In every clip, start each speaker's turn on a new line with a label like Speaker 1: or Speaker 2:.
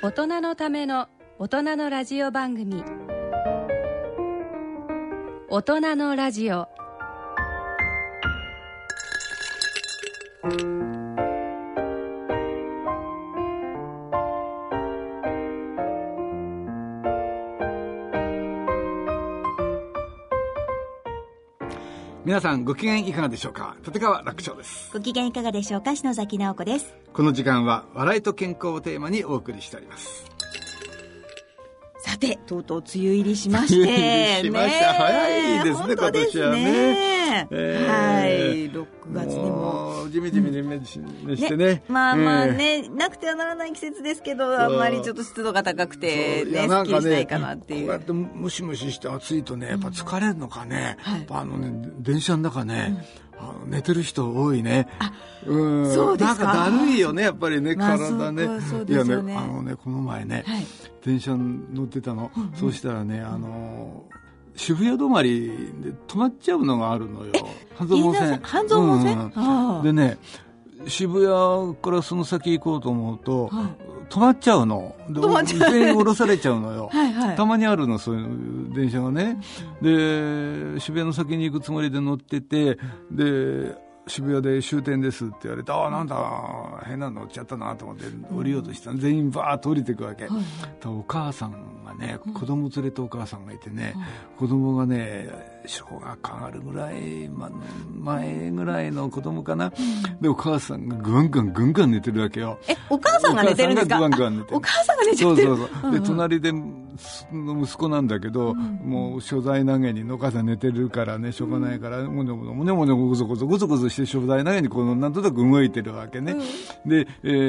Speaker 1: 大人のための大人のラジオ番組、大人のラジオ。
Speaker 2: 皆さんご機嫌いかがでしょうか。立川楽長です。
Speaker 3: ご機嫌いかがでしょうか。篠崎直子です。
Speaker 2: この時間は笑いと健康をテーマにお送りしております。
Speaker 3: さて、とうとう梅雨入りしまして、
Speaker 2: しました。早いですね、
Speaker 3: 本当ですね、
Speaker 2: 今年はね。
Speaker 3: はい、6月にも
Speaker 2: じめじめしてね、
Speaker 3: まあまあね、なくてはならない季節ですけど、あんまりちょっと湿度が高くてね、すっきりしないかなっていう。
Speaker 2: こうやってムシムシして暑いとね、やっぱ疲れるのかね、電車の中ね、寝てる人多いね。
Speaker 3: そうですか。
Speaker 2: なんかだるいよね、やっぱりね、体ね。
Speaker 3: そうですよね。
Speaker 2: いやね、この前ね、電車乗ってたの。そうしたらね、渋谷止まりで止まっちゃうのがあるのよ。半蔵門線。
Speaker 3: 半蔵門線、
Speaker 2: でね、渋谷からその先行こうと思うと、止まっちゃうの。全員降ろされちゃうのよ。たまにあるの、そういう電車がね。で、渋谷の先に行くつもりで乗ってて、で、渋谷で終点ですって言われて、なんだ変なの乗っちゃったなと思って降りようとしたら、全員バーッと降りていくわけ。お母さんがね、子供連れてお母さんがいてね、子供がね小学校上がるぐらい、前ぐらいの子供かな、でお母さんがぐんぐん寝てるわけよ。
Speaker 3: お母さんが寝てるんですか。お母さんが寝ちゃってる。
Speaker 2: そうで、隣での息子なんだけど、もう所在投げにお母さん寝てるからね、しょうがないからもねごぞごぞして所在投げにこのなんとなく動いてるわけね。で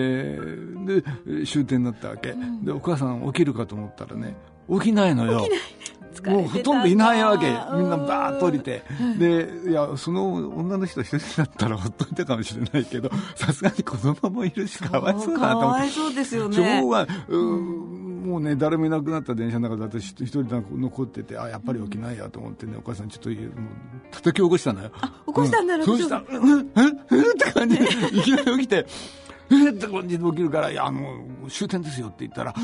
Speaker 2: 終点になったわけ。でお母さん起きるかと思ったらね、起きないのよ。もうほとんどいないわけ。みんなバーッと降りて、でいや、その女の人一人だったらほっといたかもしれないけど、さすがに子供もいるしかわいそうだなと思って。
Speaker 3: かわいそうですよね。
Speaker 2: 今日はもうね、誰もいなくなった電車の中で私一人残ってて、やっぱり起きないやと思ってね、お母さんちょっともう叩き起こしたのよ。
Speaker 3: 起こしたんだろう。
Speaker 2: そうしたらって感じでいきなり起きてって感じで起きるから、終点ですよって言ったら、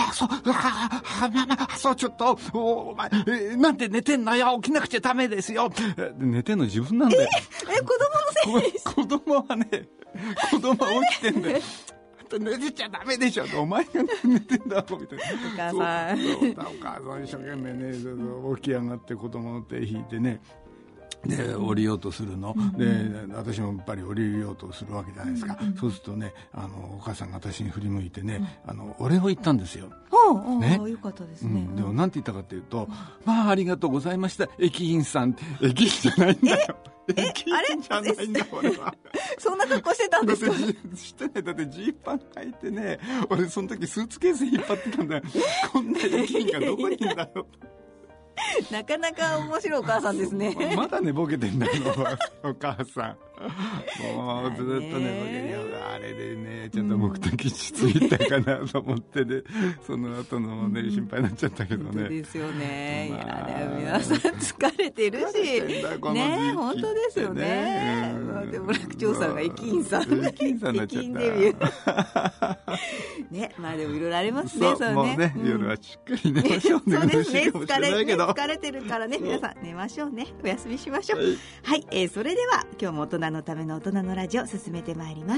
Speaker 2: そうちょっとお前なんで寝てんのよ、起きなくちゃダメですよ。寝てんの自分なんだよ。
Speaker 3: 子供のせいです。
Speaker 2: 子供は起きてんだよ。寝てちゃダメでしょ、お前が寝てんだろみたいな。お母さん一生懸命ね、起き上がって子供の手引いてね、で降りようとするの、で私もやっぱり降りようとするわけじゃないですか。そうするとね、お母さんが私に振り向いてね、お礼を言ったんですよ。
Speaker 3: よかったですね。
Speaker 2: でもなんて言ったかというと、ありがとうございました、駅員さん。駅員じゃないんだよ。駅員じゃないんだよ、俺は。
Speaker 3: そんな格好してたんですか。
Speaker 2: してない。だってジーパン履いてね、俺その時スーツケース引っ張ってたんだよ。こんな駅員がどこにいるんだよ。
Speaker 3: なかなか面白いお母さんですね。
Speaker 2: まだ寝ぼけてんだけど、お母さん。もうずっと寝ぼけて、あれでね、ちょっと目的地着いたかなと思ってね、その後のね、心配になっちゃったけどね。
Speaker 3: 本当ですよね。いや、皆さん疲れてるし、ね、本当ですよね。でも楽長さんが駅員さん。
Speaker 2: 駅員さんになっちゃった。
Speaker 3: 駅員デビュー。ね、でもいろいろありますね、
Speaker 2: そうね。夜はしっかり寝ましょうね。
Speaker 3: そうですね。疲れてるからね、皆さん寝ましょうね。お休みしましょう。はい、それでは今日も大人のための大人のラジオ進めてまいります。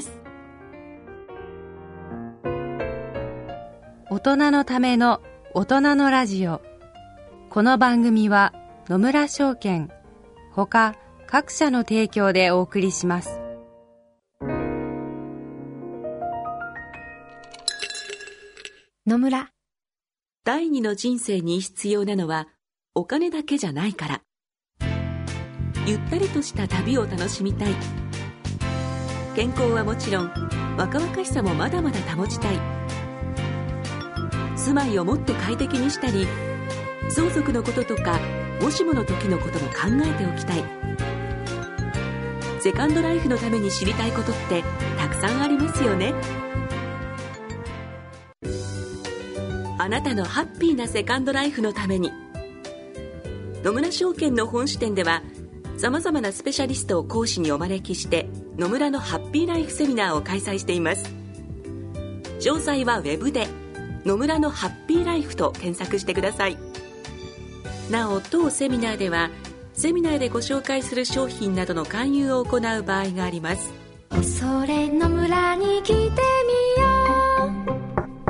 Speaker 1: 大人のための大人のラジオ。この番組は野村証券ほか各社の提供でお送りします。
Speaker 3: 野村。
Speaker 4: 第二の人生に必要なのはお金だけじゃないから。ゆったりとした旅を楽しみたい。健康はもちろん若々しさもまだまだ保ちたい。住まいをもっと快適にしたり、相続のこととかもしもの時のことも考えておきたい。セカンドライフのために知りたいことってたくさんありますよね。あなたのハッピーなセカンドライフのために、野村証券の本支店ではさまざまなスペシャリストを講師にお招きして野村のハッピーライフセミナーを開催しています。詳細はウェブで野村のハッピーライフと検索してください。なお、当セミナーではセミナーでご紹介する商品などの勧誘を行う場合があります。
Speaker 5: それの村に来てみよう。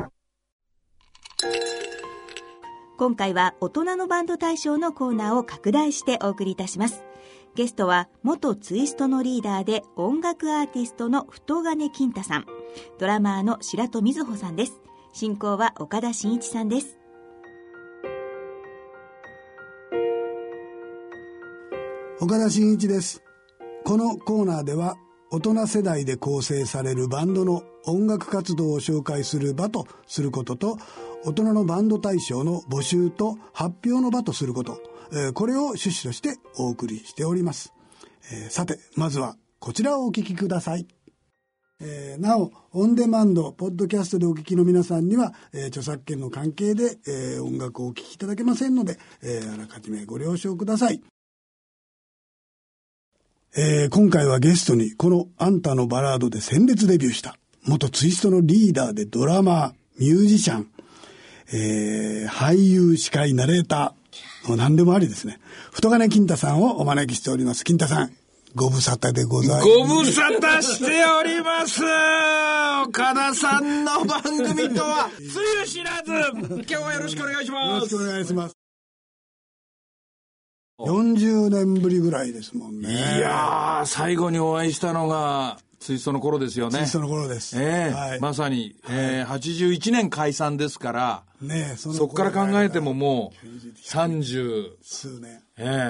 Speaker 3: 今回は大人のバンド大賞のコーナーを拡大してお送りいたします。ゲストは元ツイストのリーダーで音楽アーティストの太金金太さん、ドラマーの白戸瑞穂さんです。進行は岡田真一さんです。
Speaker 6: 岡田真一です。このコーナーでは大人世代で構成されるバンドの音楽活動を紹介する場とすることと、大人のバンド大賞の募集と発表の場とすること、これを趣旨としてお送りしております。さて、まずはこちらをお聞きください。なお、オンデマンドポッドキャストでお聞きの皆さんには、著作権の関係で、音楽をお聞きいただけませんので、あらかじめご了承ください。今回はゲストにこのあんたのバラードで鮮烈デビューした元ツイストのリーダーでドラマー、ミュージシャン、俳優、司会、ナレーター、何でもありですね。太金金太さんをお招きしております。金太さん、ご無沙汰でございます。
Speaker 7: ご無沙汰しております。岡田さんの番組とはつゆ知らず。今日はよろしくお願いします。
Speaker 6: よろしくお願いします。40年ぶりぐらいですもんね。
Speaker 7: いやー、最後にお会いしたのがツイストの頃ですよね。
Speaker 6: ツイストの頃です。
Speaker 7: はい、まさに、81年解散ですから、
Speaker 6: ね、
Speaker 7: そこから考えてももう30
Speaker 6: 数年、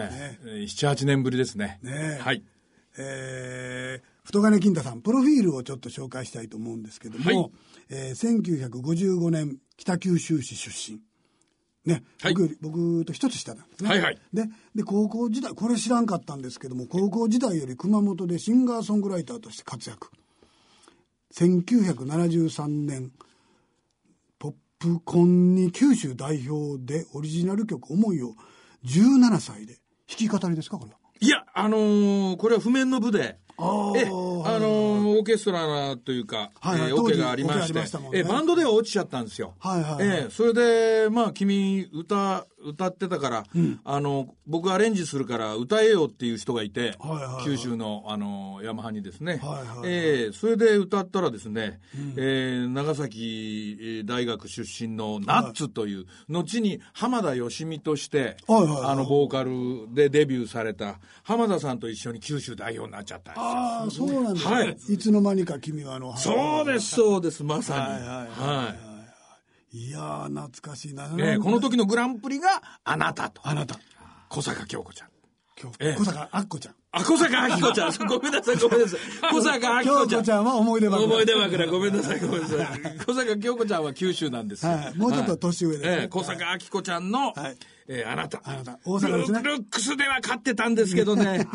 Speaker 7: 7、8年ぶりですね。はい。
Speaker 6: 太金金太さん、プロフィールをちょっと紹介したいと思うんですけども、1955年北九州市出身。ね、はい、僕と一つ下なんですね。
Speaker 7: はいはい。
Speaker 6: で、高校時代、これ知らんかったんですけども、高校時代より熊本でシンガーソングライターとして活躍。1973年、ポップコンに九州代表でオリジナル曲思いを17歳で弾き語りですか、これは。
Speaker 7: いや、これは譜面の部で、オーケストラというか、オケがありまして、バンドでは落ちちゃったんですよ。それで、まあ、君歌ってたから、僕アレンジするから歌えよっていう人がいて、九州の、ヤマハにですね。それで歌ったらですね、長崎大学出身のナッツという、後に浜田義美として、ボーカルでデビューされた浜田さんと一緒に九州代表になっちゃったんですよ。
Speaker 6: ああ、そうなんだ。いつの間にか君は
Speaker 7: そうです、そうです、まさ
Speaker 6: に。いやー、懐かしいな。
Speaker 7: この時のグランプリがあなたと。
Speaker 6: あなた。
Speaker 7: 小坂京子ちゃん。
Speaker 6: 小坂あっこちゃん。
Speaker 7: 小坂あきこちゃん。ごめんなさい。小坂あきこちゃん。
Speaker 6: 京子ちゃんは思い出
Speaker 7: 枕。ごめんなさい。小坂京子ちゃんは九州なんです。
Speaker 6: もうちょっと年上です。
Speaker 7: 小坂あきこちゃんの、あなた。
Speaker 6: 大阪ですね。
Speaker 7: ルックスでは勝ってたんですけどね。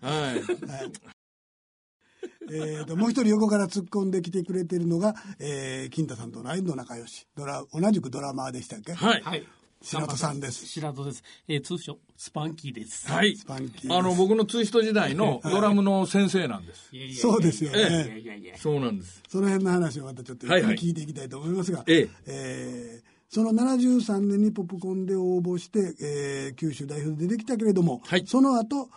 Speaker 6: もう一人横から突っ込んできてくれているのが、金太さんとライブの仲良し、同じくドラマーでしたっけ？
Speaker 8: はい。
Speaker 6: 白戸さんです。
Speaker 8: 白戸です。通称スパンキーです。
Speaker 7: はい。
Speaker 6: スパンキー。
Speaker 7: 僕のツイスト時代のドラムの先生なんです。
Speaker 6: そうですよね。
Speaker 7: そうなんです。
Speaker 6: その辺の話をまたちょっと聞いていきたいと思いますが、その73年にポップコンで応募して、九州代表で出てきたけれども、その後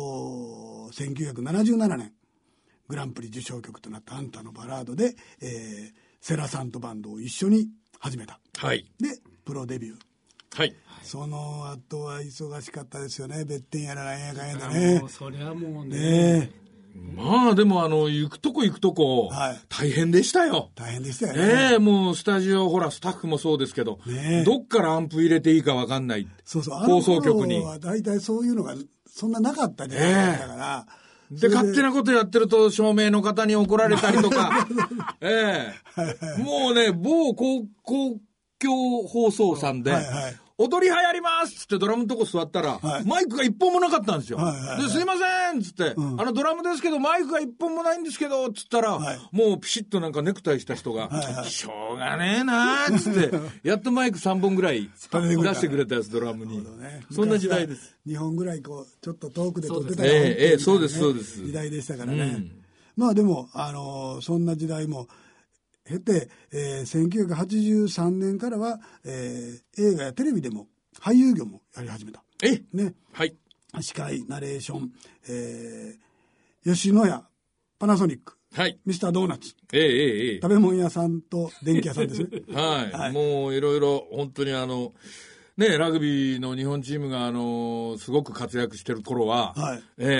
Speaker 6: 1977年グランプリ受賞曲となったあんたのバラードで、世良さんとバンドを一緒に始めた。でプロデビュー。その後は忙しかったですよね。別点やらなんやかんやだね。
Speaker 8: それはもうね。
Speaker 7: まあでも行くとこ、大変でしたよ。
Speaker 6: 大変でしたよね。
Speaker 7: もうスタジオスタッフもそうですけど、どっからアンプ入れていいか分かんない。放送局に。
Speaker 6: 大体そういうのがそんななかったじゃないだから。
Speaker 7: で勝手なことやってると照明の方に怒られたりとか、もうね某公共放送さんで。踊り流行りますってドラムのとこ座ったら、マイクが一本もなかったんですよ。ですいませんっつって、ドラムですけどマイクが一本もないんですけどっつったら、もうピシッとなんかネクタイした人が、しょうがねえなーっつってやっとマイク3本ぐらい出してくれたやつドラムに、そんな時代です。
Speaker 6: 2本ぐらいちょっと遠くで撮ってたら、
Speaker 7: そうです
Speaker 6: 時代でしたからね。まあでもそんな時代も経て、1983年からは、映画やテレビでも俳優業もやり始めた。ね。
Speaker 7: はい。
Speaker 6: 司会、ナレーション、吉野家、パナソニック、
Speaker 7: はい、
Speaker 6: ミスタードーナツ、食べ物屋さんと電気屋さんですね。
Speaker 7: はい、はい。もういろいろ本当にね、ラグビーの日本チームがすごく活躍してる頃は、はい、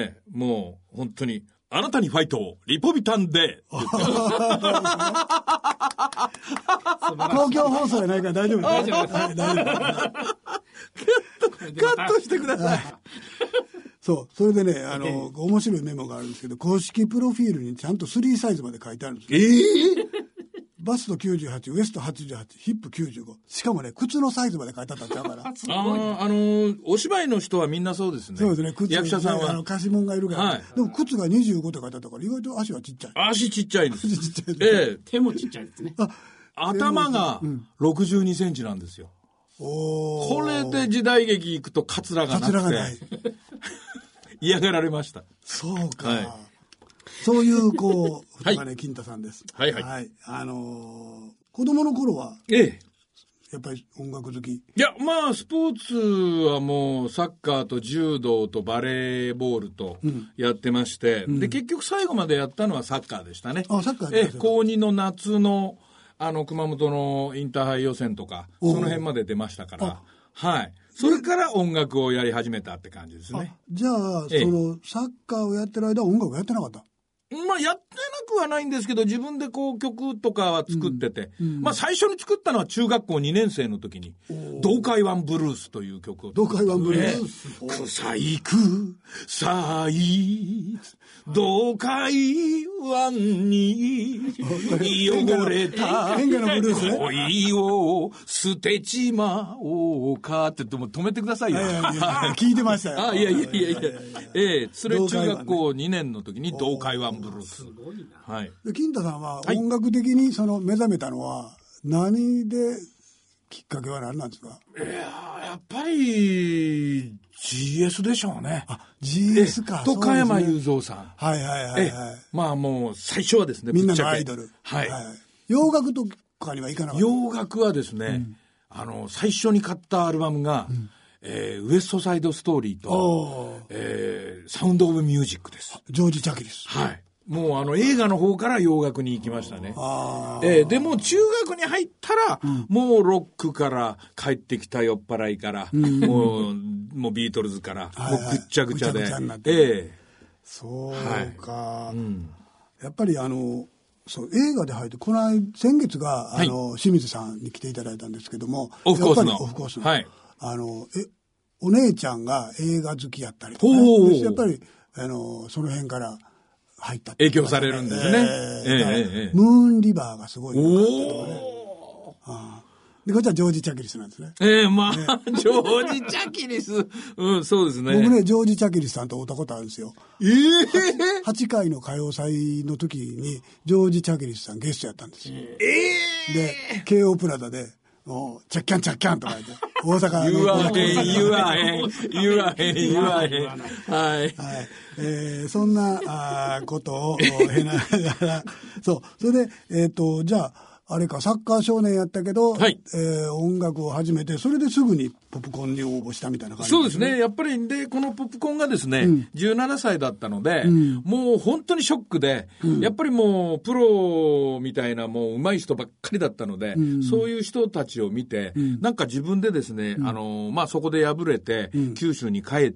Speaker 7: もう本当にあなたにファイトリポビタンで公
Speaker 6: 共放送じゃないから大丈夫です。大丈夫です。大丈夫。
Speaker 7: カットしてください。
Speaker 6: そう。それでね、面白いメモがあるんですけど、公式プロフィールにちゃんと3サイズまで書いてあるんですよ。バスト98、ウエスト88、ヒップ95。しかもね、靴のサイズまで書いてあったんちゃうから。
Speaker 7: お芝居の人はみんなそうですね。
Speaker 6: そうですね。靴
Speaker 7: 役者さんは。
Speaker 6: 貸し物がいるから。はい、でも靴が25って書いてあったから、意外と足はちっちゃい。
Speaker 7: 足ちっちゃいです。
Speaker 6: 足ちっちゃいです。
Speaker 8: 手もちっちゃいですね。
Speaker 7: 頭が62センチなんですよ。これで時代劇行くとカツラがなくて。カツラがない。嫌がられました。
Speaker 6: そうか。はい、そういう、太金金太さんです。
Speaker 7: はいはい。はい。
Speaker 6: 子供の頃は、やっぱり音楽好き。
Speaker 7: いや、まあ、スポーツはもう、サッカーと柔道とバレーボールとやってまして、で、結局最後までやったのはサッカーでしたね。
Speaker 6: サッカー
Speaker 7: 高2の夏の、熊本のインターハイ予選とか、その辺まで出ましたから、はい。それから音楽をやり始めたって感じですね。
Speaker 6: じゃあ、サッカーをやってる間は音楽やってなかった？
Speaker 7: まあ、やってなくはないんですけど、自分で曲とかは作ってて、まあ、最初に作ったのは中学校2年生の時に、東海湾ブルースという曲を。
Speaker 6: 東海湾ブルース。
Speaker 7: 草いく、さい、東海湾に、汚れた恋を捨てちまおうかって言っても止めてくださいよ。
Speaker 6: 聞いてましたよ。
Speaker 7: いや。それ中学校2年の時に東海湾ブルース。すごいな。はい。
Speaker 6: 金太さんは音楽的に目覚めたのは何できっかけは何なんですか？
Speaker 7: やっぱり GS でしょうね。
Speaker 6: GS か。
Speaker 7: と加山雄三さん。
Speaker 6: はい。
Speaker 7: まあもう最初はですね。
Speaker 6: みんなのアイドル。
Speaker 7: はい。
Speaker 6: 洋楽とかにはいかなかった？
Speaker 7: 洋楽はですね、最初に買ったアルバムが、ウエストサイドストーリーと、サウンドオブミュージックです。
Speaker 6: ジョージ・チャキリス。
Speaker 7: はい。もう映画の方から洋楽に行きましたね。でも中学に入ったら、もうロックから帰ってきた酔っ払いから、もうビートルズから、もうぐっちゃぐちゃで。
Speaker 6: そうか。やっぱりそう映画で入って先月が清水さんに来ていただいたんですけども、
Speaker 7: オフコースの。
Speaker 6: オフコースの。
Speaker 7: はい。
Speaker 6: お姉ちゃんが映画好きやったりとか、ね、やっぱりその辺から入った
Speaker 7: 影響されるんですね。
Speaker 6: ムーンリバーがすごい良かったとかね。でこっちはジョージ・チャキリスなんですね。
Speaker 7: まあ、ジョージ・チャキリス。そうですね。
Speaker 6: 僕ね、ジョージ・チャキリスさんと会ったことあるんですよ。8回の歌謡祭の時に、ジョージ・チャキリスさんゲストやったんですよ。で、京王プラザで、チャッキャンチャッキャンとか言って、大阪の。
Speaker 7: 言わへん。はい。
Speaker 6: そんな、ことを経ながら、そう。それで、じゃあ、あれか、サッカー少年やったけど、はい、音楽を始めて、それですぐにポップコーンに応募したみたいな感じ、ね、
Speaker 7: そうですね。やっぱり、で、このポップコーンがですね、17歳だったので、もう本当にショックで、やっぱりもう、プロみたいな、もう上手い人ばっかりだったので、そういう人たちを見て、なんか自分でですね、まあ、そこで敗れて、九州に帰って、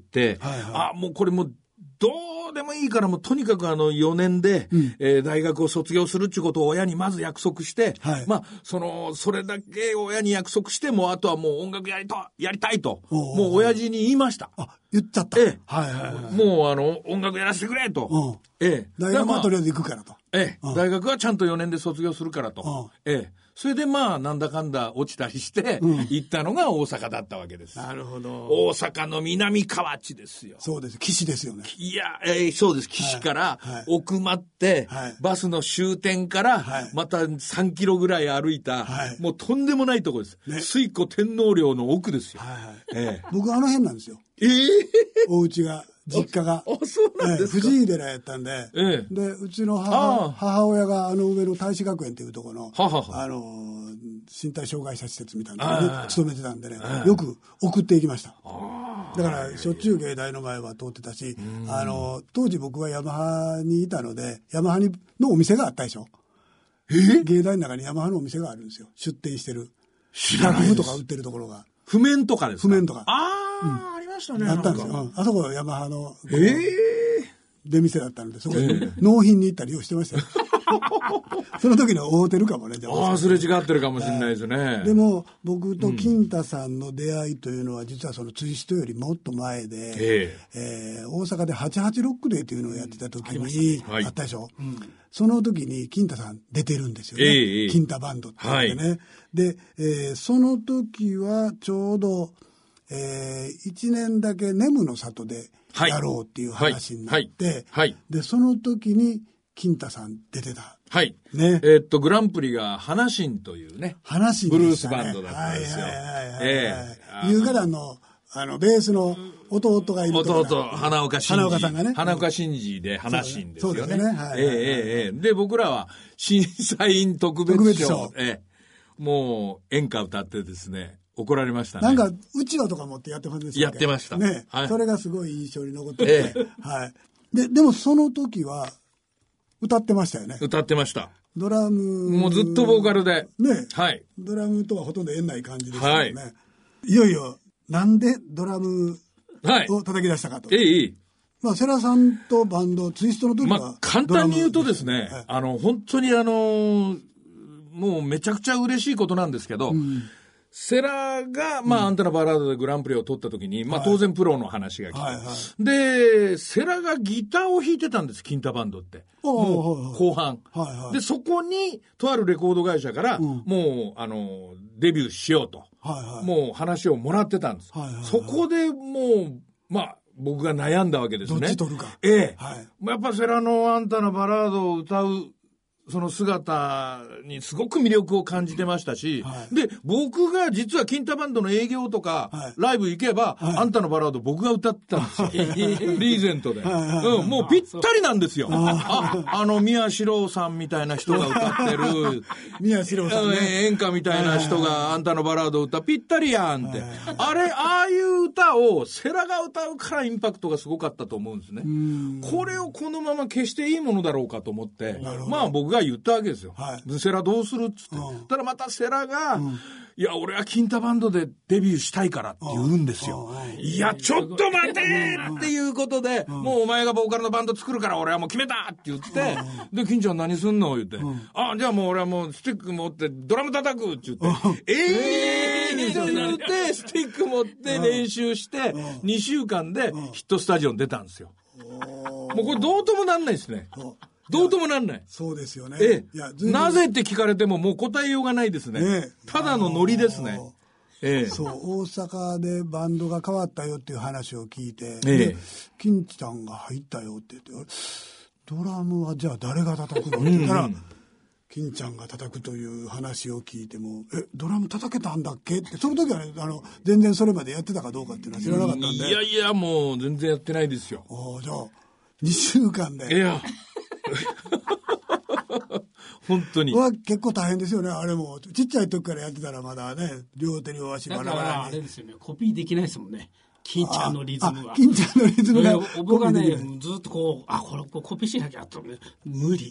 Speaker 7: もうこれもう、どうでもいいからもうとにかく4年で、大学を卒業するっていうことを親にまず約束して、まあ、それだけ親に約束して、もうあとはもう音楽やりたいと、もう親父に言いました。
Speaker 6: 言っちゃった。
Speaker 7: もう音楽やらせてくれと。
Speaker 6: 大学はとりあえず行くからと。
Speaker 7: 大学はちゃんと4年で卒業するからと。それでまあなんだかんだ落ちたりして行ったのが大阪だったわけです。
Speaker 6: なるほど。
Speaker 7: 大阪の南河内ですよ。
Speaker 6: そうです。岸ですよね。
Speaker 7: いや、そうです。岸から奥まって、バスの終点からまた3キロぐらい歩いた、もうとんでもないところです。水湖天皇陵の奥ですよ。
Speaker 6: 僕あの辺なんですよ。お家が実家が。
Speaker 7: そうなんですか。
Speaker 6: 藤井寺やったんで、で、うちの母親が上の大使学園っていうところの、身体障害者施設みたいなのに勤めてたんでね、よく送っていきました。だから、しょっちゅう芸大の前は通ってたし、当時僕はヤマハにいたので、ヤマハのお店があったでしょ。芸大の中にヤマハのお店があるんですよ。出店してる。楽譜とか売ってるところが。
Speaker 7: 譜面とかですか？
Speaker 6: 譜面とか。
Speaker 7: ありましたね。
Speaker 6: あったんですよ。あそこヤマハの出店だったので、そこに納品に行ったりをしてましたよ。その時の会うてるかもね。
Speaker 7: すれ違ってるかもしれないですね。
Speaker 6: でも僕と金太さんの出会いというのは実はそのツイストよりもっと前で、大阪で88ロックデーというのをやってた時にあったでしょ。その時に金太さん出てるんですよね。金太バンドって言ってね。で、その時はちょうど、1年だけネムの里でやろうっていう話になって、で、その時に金太さん出てた。
Speaker 7: はい。
Speaker 6: ね。
Speaker 7: グランプリが花心というね。
Speaker 6: 花心
Speaker 7: ブルースバンドだったんですよ。
Speaker 6: 優香団の、ベースの弟がいると
Speaker 7: 弟、花岡真二。
Speaker 6: 花岡さんがね。
Speaker 7: 花岡真二で花心ですよね。
Speaker 6: そうです
Speaker 7: ね。で、僕らは審査員特別賞。もう演歌歌ってですね、怒られましたね。
Speaker 6: なんか、うちわとか持ってやってましたね。
Speaker 7: やってました。
Speaker 6: ね。それがすごい印象に残ってて。はい。でもその時は、歌ってましたよね。
Speaker 7: 歌ってました。
Speaker 6: ドラム。
Speaker 7: もうずっとボーカルで。
Speaker 6: ね。
Speaker 7: はい。
Speaker 6: ドラムとはほとんど縁ない感じですよね。はい。いよいよ、なんでドラムを叩き出したかと。まあ、世良さんとバンド、ツイストの時は。
Speaker 7: 簡単に言うとですね、本当にもうめちゃくちゃ嬉しいことなんですけど、セラが、アンテナバラードでグランプリを取った時に、当然プロの話が来て、で、セラがギターを弾いてたんです、金太バンドって。もう後半。で、そこに、とあるレコード会社から、もう、デビューしようと、もう話をもらってたんです。そこでもう、僕が悩んだわけですね。
Speaker 6: どっち取るか。
Speaker 7: やっぱセラのアンテナバラードを歌う、その姿にすごく魅力を感じてましたし、で、僕が実は金太バンドの営業とか、ライブ行けば、あんたのバラード僕が歌ってたんですよ。リーゼントで。もうぴったりなんですよ。宮四郎さんみたいな人が歌ってる。
Speaker 6: 宮四郎さんね。
Speaker 7: 演歌みたいな人があんたのバラードを歌ぴったりやんって。ああいう歌をセラが歌うからインパクトがすごかったと思うんですね。これをこのまま消していいものだろうかと思って、僕が言ったわけですよ。セラどうするっつって。ただまたセラが、いや、俺は金太バンドでデビューしたいからって言うんですよ。いや、ちょっと待てっていうことで、もうお前がボーカルのバンド作るから俺はもう決めたって言って、で、金ちゃん何すんの言って、じゃあもう俺はもうスティック持ってドラム叩くって言って、って言って、スティック持って練習して、2週間でヒットスタジオに出たんですよ。もうこれどうともなんないですね。どうともなんない。
Speaker 6: そうですよね。
Speaker 7: なぜって聞かれてももう答えようがないですね。ただのノリですね。
Speaker 6: そう、大阪でバンドが変わったよっていう話を聞いて、金ちゃんが入ったよって言って、ドラムはじゃあ誰が叩くのって言ったら、金ちゃんが叩くという話を聞いても、ドラム叩けたんだっけって、その時はね、全然それまでやってたかどうかっていうのは知らなかったんで。
Speaker 7: いや、もう全然やってないですよ。
Speaker 6: じゃあ、2週間で。
Speaker 7: いや。本当に。
Speaker 6: 結構大変ですよね、あれも。ちっちゃい時からやってたらまだね、両手両足バラバラに。
Speaker 8: だからあれですよね、コピーできないですもんね。金ちゃんのリズムは。
Speaker 6: 金ちゃんのリズムが。
Speaker 8: 僕がね、ずっとこれコピーしなきゃと、無理。
Speaker 7: い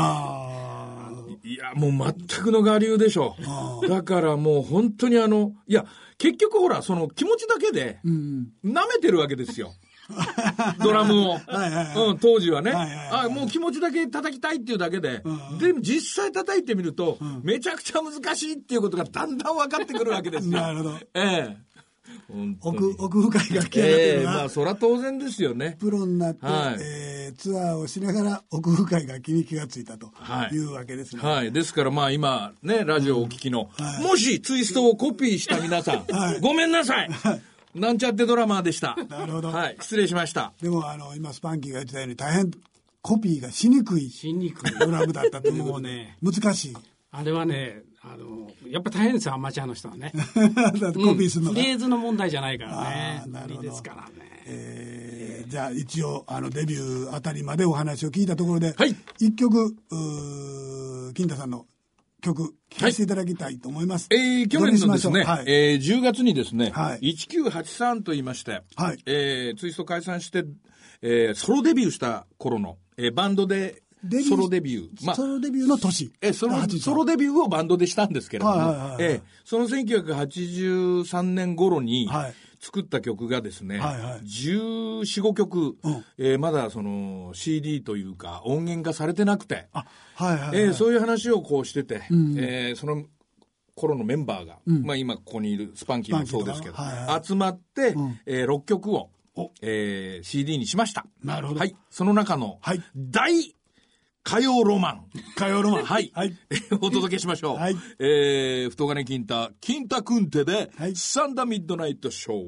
Speaker 7: や、もう全くの我流でしょ。だからもう本当にいや、結局ほら、その気持ちだけで、舐めてるわけですよ。ドラムを。当時はね。もう気持ちだけ叩きたいっていうだけで。でも実際叩いてみると、めちゃくちゃ難しいっていうことがだんだん分かってくるわけですよ。
Speaker 6: なるほど。
Speaker 7: 奥
Speaker 6: 深い楽器やなっていうのは、
Speaker 7: そりゃ当然ですよね。
Speaker 6: プロになって、ツアーをしながら奥深い楽器に気がついたというわけですね。
Speaker 7: ですから今ね、ラジオをお聞きの、もしツイストをコピーした皆さん、ごめんなさい。なんちゃってドラマーでした。
Speaker 6: なるほど。
Speaker 7: 失礼しました。
Speaker 6: でも今スパンキーが言ってたように大変コピーがしにくいドラムだったということで、難しい。
Speaker 8: あれはね、やっぱ大変ですよ、アマチュアの人はね。
Speaker 6: コピーするの
Speaker 8: フレーズの問題じゃないからね。無理ですからね。
Speaker 6: じゃあ一応デビューあたりまでお話を聞いたところで、
Speaker 7: はい、
Speaker 6: 一曲金太さんの曲聴かせていただきたいと思います。
Speaker 7: 去年のですね、
Speaker 6: はい
Speaker 7: 10月にですね、
Speaker 6: はい、
Speaker 7: 1983と言いまして、
Speaker 6: はい
Speaker 7: ツイスト解散して、ソロデビューした頃の、バンドでソロデビュー、
Speaker 6: ソロデビューの年、
Speaker 7: ソロデビューをバンドでしたんですけれども、
Speaker 6: はいはいはい、
Speaker 7: その1983年頃に、
Speaker 6: はい
Speaker 7: 作った曲がですね、
Speaker 6: はいはい、
Speaker 7: 14、5曲、まだその CD というか音源化されてなくて、
Speaker 6: はいはいはい、
Speaker 7: そういう話をこうしてて、その頃のメンバーが、まあ、今ここにいるスパンキーもそうですけど、はいはい、集まって、6曲を、CD にしました。
Speaker 6: なるほど。
Speaker 7: はい、その中の、
Speaker 6: はい、
Speaker 7: 大歌謡ロマン。
Speaker 6: 歌謡ロマン。
Speaker 7: はい。
Speaker 6: はい、
Speaker 7: お届けしましょう。
Speaker 6: はい。
Speaker 7: 太金金太くんてで、
Speaker 6: はい、
Speaker 7: サンダーミッドナイトショー。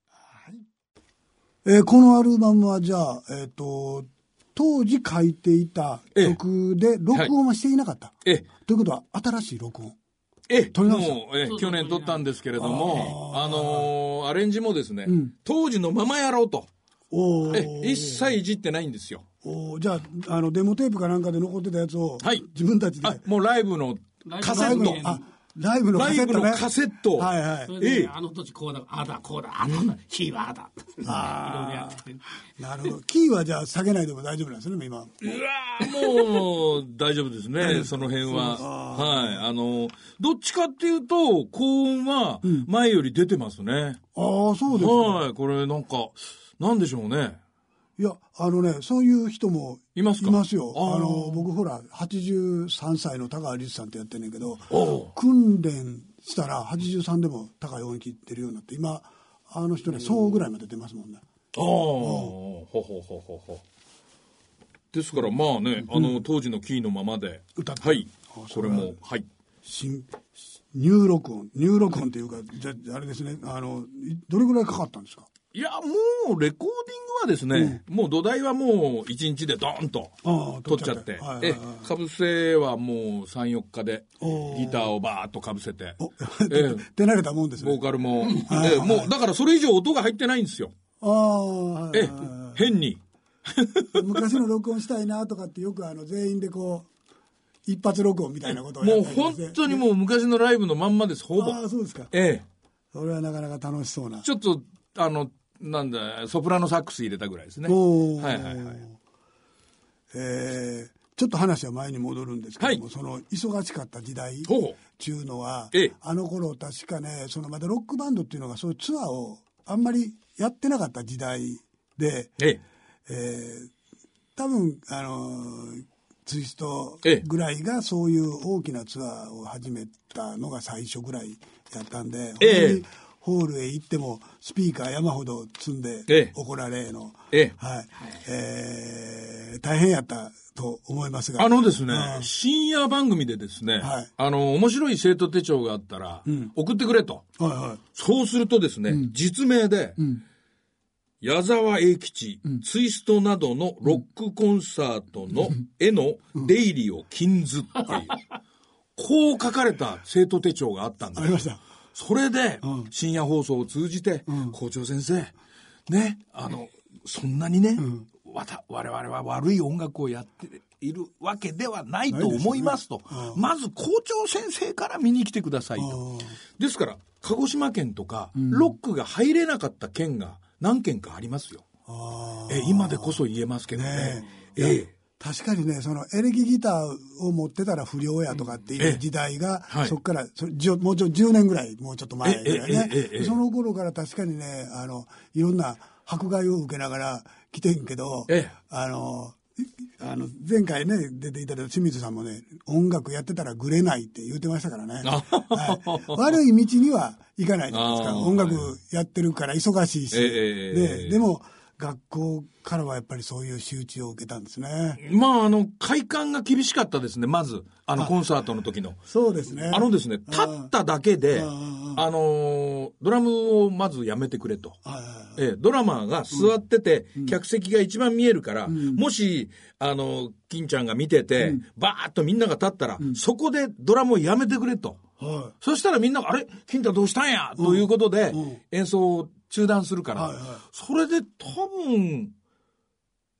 Speaker 6: はい。このアルバムはじゃあ、当時書いていた曲で録音はしていなかった。ということは、新しい録音。撮り直した。
Speaker 7: もう、去年撮ったんですけれども、アレンジもですね、当時のままやろうと。一切いじってないんですよ。
Speaker 6: じゃあ、デモテープかなんかで残ってたやつを、
Speaker 7: はい、
Speaker 6: 自分たちで。
Speaker 7: もうライブのカセット。
Speaker 6: ライブのカセットね。
Speaker 7: ライブのカセット。
Speaker 6: はいはい。
Speaker 8: それで、あの時こうだ、あだ、こうだ、あだ、キーはあだ。いろいろやって。
Speaker 6: なるほど。キーはじゃあ下げないでも大丈夫なんですね、今。
Speaker 7: もう、大丈夫ですね、その辺は。はい。どっちかっていうと、高音は前より出てますね。
Speaker 6: そうですか。
Speaker 7: はい。これなんか、なんでしょうね。
Speaker 6: いや、そういう人も
Speaker 7: います
Speaker 6: よ。僕ほら、83歳の高橋律さんってやってんねんけど、訓練したら83でも高い音域出るようになって、今、人ね、そうぐらいまで出ますもんね。
Speaker 7: ほほほほほ。ですからまあね、当時のキーのままで、
Speaker 6: 歌って。
Speaker 7: はい。それも、はい。
Speaker 6: ニュー録音っていうか、あれですね、どれぐらいかかったんですか？
Speaker 7: いや、もう、レコーディングはですね、もう土台はもう1日でドーンと取っちゃって、かぶせはもう3、4日でギターをバーッとかぶせて、
Speaker 6: 手慣れたもんですね。
Speaker 7: ボーカルも、もう、だからそれ以上音が入ってないんですよ。変に。
Speaker 6: 昔の録音したいなとかってよく全員でこう、一発録音みたいなことをやって
Speaker 7: もう本当にもう昔のライブのまんまです、ほぼ。
Speaker 6: そうですか。それはなかなか楽しそうな。
Speaker 7: ちょっと、なんだ、ソプラノサックス入れたぐらいですね。はいはいはい。
Speaker 6: ちょっと話は前に戻るんですけども、その忙しかった時代っていうのは、あの頃確かね、まだロックバンドっていうのがそういうツアーをあんまりやってなかった時代で、多分ツイストぐらいがそういう大きなツアーを始めたのが最初ぐらいやったんで、ホールへ行ってもスピーカー山ほど積んで怒られの、大変やったと思いますが、
Speaker 7: ですね、深夜番組でですね、面白い生徒手帳があったら送ってくれと、そうするとですね、実名で、矢沢永吉、ツイストなどのロックコンサートの絵の出入りを禁ずっていう、こう書かれた生徒手帳があったんです。
Speaker 6: ありました。
Speaker 7: それで、深夜放送を通じて、校長先生、ね、そんなにね、我々は悪い音楽をやっているわけではないと思いますと、まず校長先生から見に来てくださいと。ですから、鹿児島県とか、ロックが入れなかった県が何県かありますよ。今でこそ言えますけどね。
Speaker 6: 確かにね、エレキギターを持ってたら不良やとかっていう時代が、そこから、もうちょっと10年ぐらい、もうちょっと前ぐらいね。その頃から確かにね、いろんな迫害を受けながら来てんけど、前回ね、出ていただいた清水さんもね、音楽やってたらグレないって言ってましたからね。悪い道には行かないじゃないですか。音楽やってるから忙しいし。でも、学校からはやっぱりそういう仕打ちを受けたんですね。
Speaker 7: まあ、快感が厳しかったですね、まず。コンサートの時の。
Speaker 6: そうですね。
Speaker 7: ですね、立っただけで、ドラムをまずやめてくれと。ドラマーが座ってて、客席が一番見えるから、もし、金ちゃんが見てて、バーッとみんなが立ったら、そこでドラムをやめてくれと。そしたらみんなが、あれ金太どうしたんやということで、演奏を中断するから、それで多分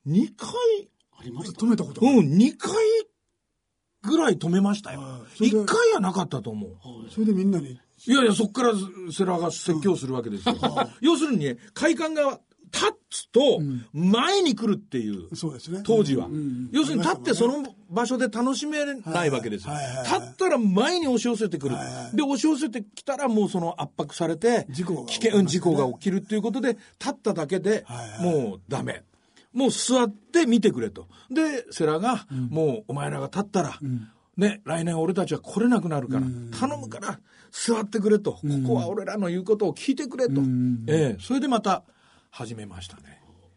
Speaker 7: 2回、
Speaker 8: ありました。
Speaker 6: 止めたこと
Speaker 7: 2回ぐらい止めましたよ。1回はなかったと思う。
Speaker 6: それでみんなに。
Speaker 7: いやいや、そっから世良が説教するわけですよ。要するにね、会館が立つと前に来るっていう、
Speaker 6: そうですね、
Speaker 7: 当時は、要するに立ってその場所で楽しめないわけですよ。立ったら前に押し寄せてくる、で押し寄せてきたらもうその圧迫されて事故が起きるっていうことで、立っただけでもうダメ、もう座って見てくれと。で世良が、もうお前らが立ったら、ね、来年俺たちは来れなくなるから頼むから座ってくれと、ここは俺らの言うことを聞いてくれと、それでまた始めましたね。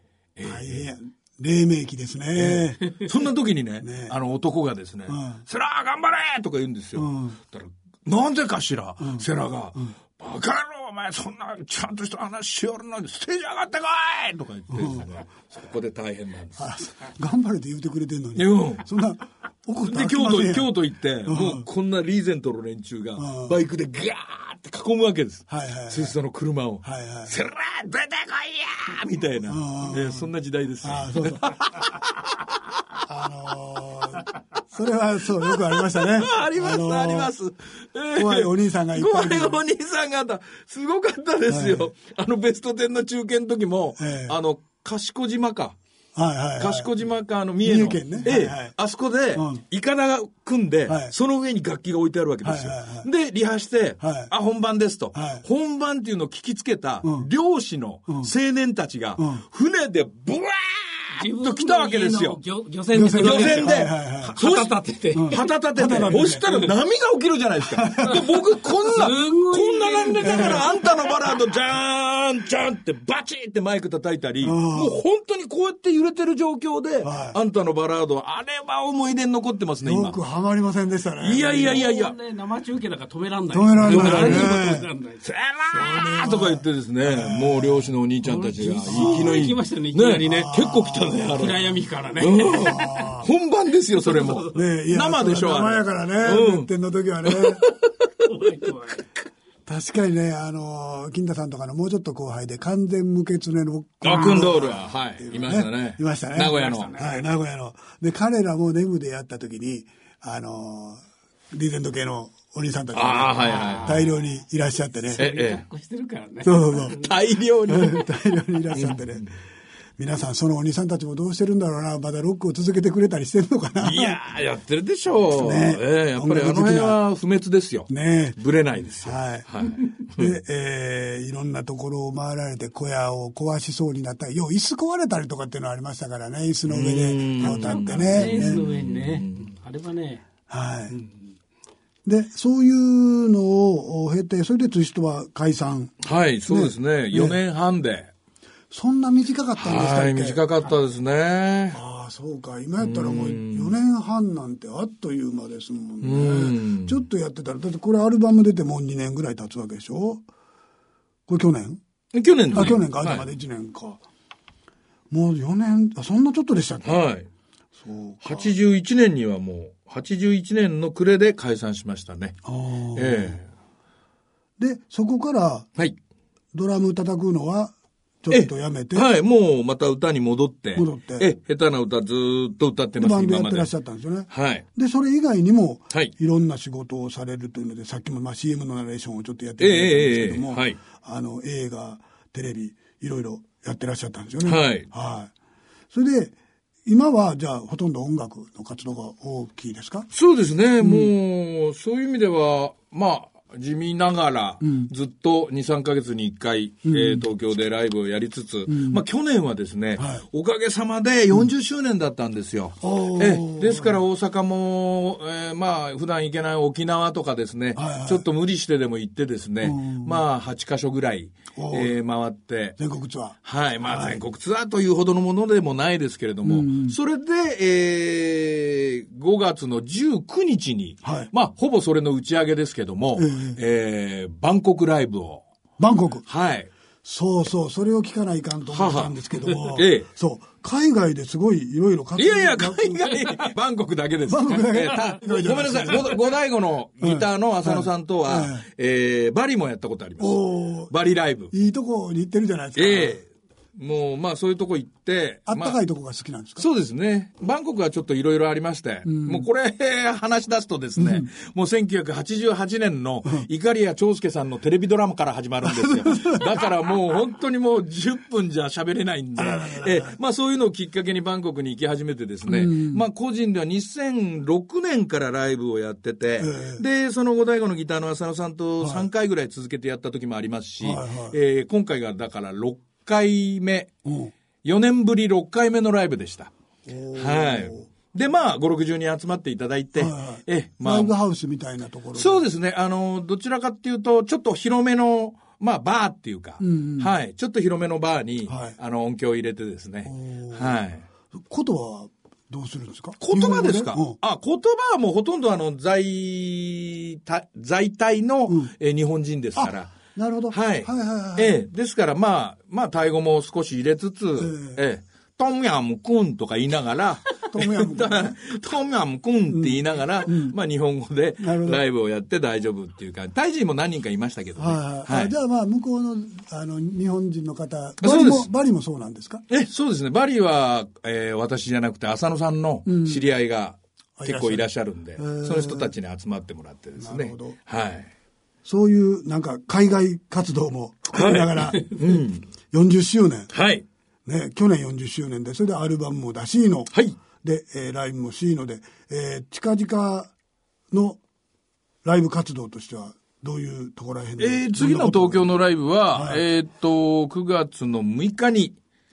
Speaker 6: 黎明期ですね。
Speaker 7: そんな時にね、男がですね、セラ頑張れとか言うんですよ。だからなんでかしら、セラが、バカ野郎お前そんなちゃんとした話しよるのにステージ上がってこいとか言ってですね、そこで大変なんです。
Speaker 6: 頑張れって言ってくれてんのに、そんな怒ったら
Speaker 7: で京都行って、もうこんなリーゼントの連中がバイクでガーって囲むわけです。その車を、セラ出てこいやみたいな、そんな時代です。
Speaker 6: そうそうそれはそうよくありましたね。
Speaker 7: あります。
Speaker 6: 怖いお兄さんがいっぱいいる。
Speaker 7: 怖いお兄さんがすごかったですよ。ベスト10の中堅の時も、賢島か。賢島か三重の
Speaker 6: 県ね。
Speaker 7: あそこで、いかだが組んで、その上に楽器が置いてあるわけですよ。で、リハして、本番ですと。本番っていうのを聞きつけた、漁師の青年たちが、船でブワーと来たわけですよ。
Speaker 8: 漁船で旗立てて、
Speaker 7: そしたら波が起きるじゃないですか。で僕こんななんでだからあんたのバラードジャーンジャーンってバチーってマイク叩いたり、もう本当にこうやって揺れてる状況で、あんたのバラード、あれは思い出に残ってますね。今
Speaker 6: よくハマりませんでしたね。
Speaker 7: いや、
Speaker 8: 生中継だから止めらんない。
Speaker 7: セラーとか言ってですね、もう漁師のお兄ちゃんたちが生きのいい。
Speaker 8: 来ましたね、いきなりね。
Speaker 7: 結構来たね。
Speaker 8: 暗闇からね。
Speaker 7: 本番ですよ、それも。生でしょ、
Speaker 6: 生やからね、熱天の時はね。確かにね、金田さんとかのもうちょっと後輩で完全無欠のロ
Speaker 7: ックンロールは、いましたね。
Speaker 6: いましたね。
Speaker 7: 名古屋の。
Speaker 6: はい、名古屋の。で、彼らもネムでやった時に、リーゼント系のお兄さんたちが大量にいらっしゃってね。
Speaker 8: 格好してるからね。
Speaker 6: そう。
Speaker 7: 大量に
Speaker 6: いらっしゃってね。皆さんそのお兄さんたちもどうしてるんだろうな、まだロックを続けてくれたりしてるのかな。
Speaker 7: いやー、やってるでしょう。やっぱりあの辺は不滅ですよ。ぶれないですよ。
Speaker 6: で、いろんなところを回られて小屋を壊しそうになったり、椅子壊れたりとかっていうのありましたからね、椅子の上で立ってね。
Speaker 8: 椅子の上にね。あれはね。
Speaker 6: で、そういうのを経て、それでツイストは解散。
Speaker 7: はい、そうですね。4年半で。
Speaker 6: そんな短かったんですか？
Speaker 7: 短かったですね。
Speaker 6: そうか。今やったらもう4年半なんてあっという間ですもんね。ちょっとやってたら、だってこれアルバム出てもう2年ぐらい経つわけでしょ？これ去年
Speaker 7: ですね。
Speaker 6: 去年か。まで1年か。もう4年、そんなちょっとでしたっけ？
Speaker 7: はい。そうか。81年にはもう、81年の暮れで解散しましたね。
Speaker 6: で、そこから、ドラム叩くのは、ちょっとやめて。
Speaker 7: もうまた歌に戻って。下手な歌ずっと歌ってます。
Speaker 6: バンドやってらっしゃったんですよね。
Speaker 7: はい。
Speaker 6: で、それ以外にも、いろんな仕事をされるというので、さっきもCM のナレーションをちょっとやっていただいたんですけども、映画、テレビ、いろいろやってらっしゃったんですよね。それで、今は、じゃあ、ほとんど音楽の活動が大きいですか？
Speaker 7: そうですね。もう、そういう意味では、地味ながら、ずっと2、3ヶ月に1回、東京でライブをやりつつ、去年はですね、おかげさまで40周年だったんですよ。ですから大阪も、普段行けない沖縄とかですね、ちょっと無理してでも行ってですね、8カ所ぐらい、回って。
Speaker 6: 全国ツア
Speaker 7: ー。全国ツアーというほどのものでもないですけれども、それで、5月の19日に、ほぼそれの打ち上げですけども、バンコクライブを。
Speaker 6: バンコク？
Speaker 7: はい。
Speaker 6: そう、それを聞かないかんと思ったんですけども。そう、海外ですごいいろいろ活動。
Speaker 7: いや、海外、バンコクだけです。バンコクだけ。ごめんなさい。五大悟のギターの浅野さんとは、バリもやったことあります。バリライブ。
Speaker 6: いいとこに行ってるじゃないですか。
Speaker 7: もうまあそういうとこ行って、
Speaker 6: あったかいとこが好きなんですか？
Speaker 7: そうですね。バンコクはちょっといろいろありまして、もうこれ話し出すとですね、もう1988年の碇谷長介さんのテレビドラマから始まるんですよ。だからもう本当にもう10分じゃ喋れないんで、まあそういうのをきっかけにバンコクに行き始めてですね、まあ個人では2006年からライブをやってて、で、その後大悟のギターの浅野さんと3回ぐらい続けてやった時もありますし、今回がだから6回目、4年ぶり6回目のライブでした。はい。で、まあ、5、60人集まっていただいて、まあ、
Speaker 6: ライブハウスみたいなところ。
Speaker 7: そうですね。どちらかっていうと、ちょっと広めの、まあ、バーっていうか、はい。ちょっと広めのバーに、音響を入れてですね。はい。
Speaker 6: 言葉はどうするんですか？
Speaker 7: 言葉ですか？言葉はもうほとんど在タイの、日本人ですから。
Speaker 6: なるほど。
Speaker 7: はい。ですから、まあ、タイ語も少し入れつつ、トムヤムくんとか言いながら、トムヤムくんって言いながら、まあ、日本語でライブをやって大丈夫っていうか、タイ人も何人かいましたけどね。
Speaker 6: じゃあまあ、向こうの、日本人の方、バリもそうなんですか？
Speaker 7: そうですね。バリは、私じゃなくて、浅野さんの知り合いが結構いらっしゃるんで、その人たちに集まってもらってですね。なるほど。はい。
Speaker 6: そういうなんか海外活動も含めながら、40周年。
Speaker 7: はい。
Speaker 6: ね、去年40周年で、それでアルバムも出しいの。
Speaker 7: はい。
Speaker 6: で、ライブもしいので、近々のライブ活動としては、どういうところらへんで
Speaker 7: 次の東京のライブは、9月の6日に、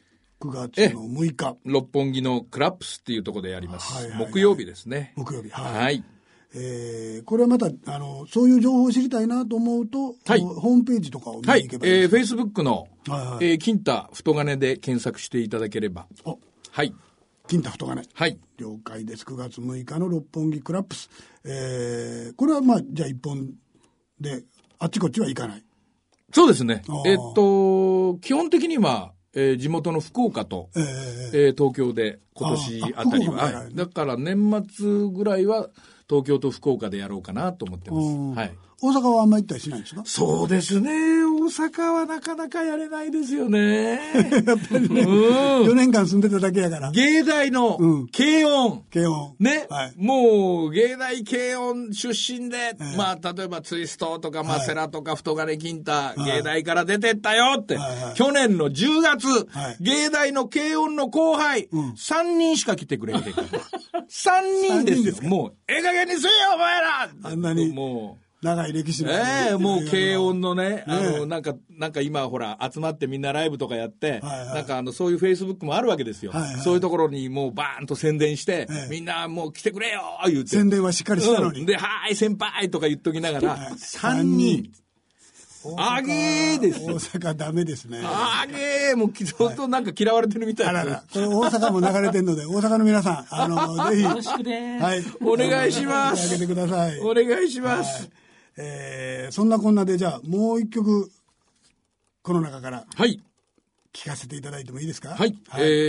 Speaker 6: 9月の6日。
Speaker 7: 六本木のクラップスっていうところでやります。木曜日ですね。
Speaker 6: 木曜日。
Speaker 7: はい。
Speaker 6: これはまた、そういう情報を知りたいなと思うと、ホームページとかを見に行けばいいですか？
Speaker 7: Facebook の、金太太金で検索していただければ。はい。
Speaker 6: 金太太金。
Speaker 7: はい。
Speaker 6: 了解です。9月6日の六本木クラップス。これはまあ、じゃあ一本で、あっちこっちは行かない。
Speaker 7: そうですね。基本的には、地元の福岡と、東京で今年あたりは、だから年末ぐらいは東京と福岡でやろうかなと思ってます。はい。
Speaker 6: 大阪はあんまり行ったりしないんですか？
Speaker 7: そうですね。大阪はなかなかやれないですよね。
Speaker 6: やっぱりね、4年間住んでただけやから。
Speaker 7: 芸大の軽音。
Speaker 6: 軽音。
Speaker 7: ね。もう、芸大軽音出身で、まあ、例えばツイストとか、まあ、セラとか、太金金太、芸大から出てったよって、去年の10月、芸大の軽音の後輩、3人しか来てくれてる。3人ですよ。もう、ええ加減にせえよ、お前ら
Speaker 6: あんなに。
Speaker 7: もう。
Speaker 6: 長い歴史の
Speaker 7: もう軽音のね、なんか今ほら集まってみんなライブとかやって、なんかそういうフェイスブックもあるわけですよ。そういうところにもうバーンと宣伝して、みんなもう来てくれよ言うて。
Speaker 6: 宣伝はしっかりしたのに。
Speaker 7: で、はい先輩とか言っときながら、3人。あげーですよ。
Speaker 6: 大阪ダメですね。
Speaker 7: あげーもう相当なんか嫌われてるみたいな。
Speaker 6: これ大阪も流れてるので、大阪の皆さん、ぜひ。
Speaker 8: よろしくね。
Speaker 6: はい。
Speaker 7: お願いします。
Speaker 6: あげてください。
Speaker 7: お願いします。
Speaker 6: そんなこんなで、じゃあ、もう一曲、この中から。
Speaker 7: はい。
Speaker 6: 聞かせていただいてもいいですか？
Speaker 7: はい。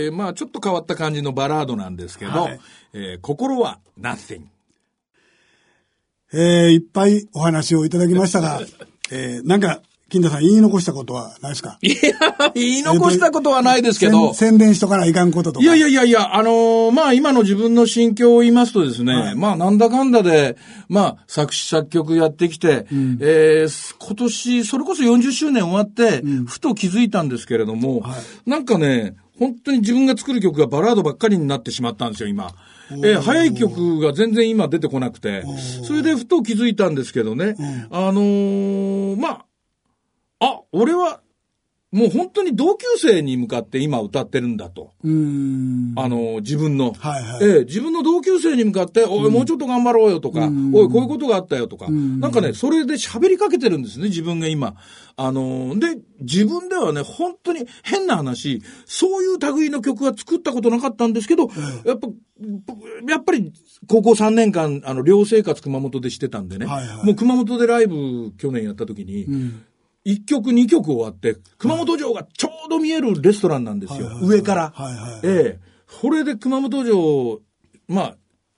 Speaker 7: まあちょっと変わった感じのバラードなんですけど、心は Nothing。
Speaker 6: いっぱいお話をいただきましたが、なんか、金田さん言い残したことはないですか？
Speaker 7: いや、言い残したことはないですけど。
Speaker 6: 宣伝しとかないかんこととか。
Speaker 7: いや、まあ今の自分の心境を言いますとですね、まあなんだかんだで、まあ作詞作曲やってきて、今年、それこそ40周年終わって、ふと気づいたんですけれども、なんかね、本当に自分が作る曲がバラードばっかりになってしまったんですよ、今。早い曲が全然今出てこなくて、それでふと気づいたんですけどね、まあ、俺は、もう本当に同級生に向かって今歌ってるんだと。自分の、自分の同級生に向かって、おい、もうちょっと頑張ろうよとか、おい、こういうことがあったよとか、なんかね、それで喋りかけてるんですね、自分が今。で、自分ではね、本当に変な話、そういう類の曲は作ったことなかったんですけど、やっぱり、高校3年間、寮生活熊本でしてたんでね、もう熊本でライブ去年やった時に、1曲2曲終わって、熊本城がちょうど見えるレストランなんですよ。上から。それで熊本城、まあ、